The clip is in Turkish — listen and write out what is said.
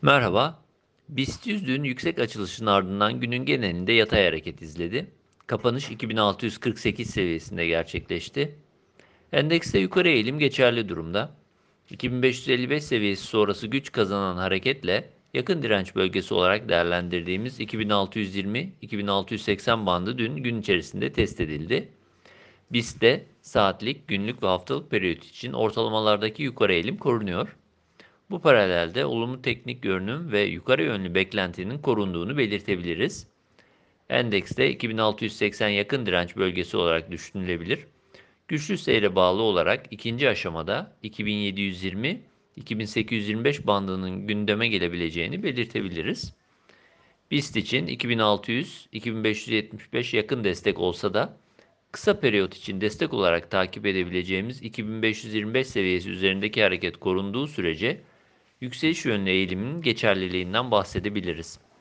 Merhaba. BIST 100 dün yüksek açılışın ardından günün genelinde yatay hareket izledi. Kapanış 2648 seviyesinde gerçekleşti. Endekste yukarı eğilim geçerli durumda. 2555 seviyesi sonrası güç kazanan hareketle yakın direnç bölgesi olarak değerlendirdiğimiz 2620-2680 bandı dün gün içerisinde test edildi. BIST'te saatlik, günlük ve haftalık periyot için ortalamalardaki yukarı eğilim korunuyor. Bu paralelde olumlu teknik görünüm ve yukarı yönlü beklentinin korunduğunu belirtebiliriz. Endekste 2680 yakın direnç bölgesi olarak düşünülebilir. Güçlü seyre bağlı olarak ikinci aşamada 2720-2825 bandının gündeme gelebileceğini belirtebiliriz. BIST için 2600-2575 yakın destek olsa da kısa periyot için destek olarak takip edebileceğimiz 2525 seviyesi üzerindeki hareket korunduğu sürece yükseliş yönlü eğilimin geçerliliğinden bahsedebiliriz.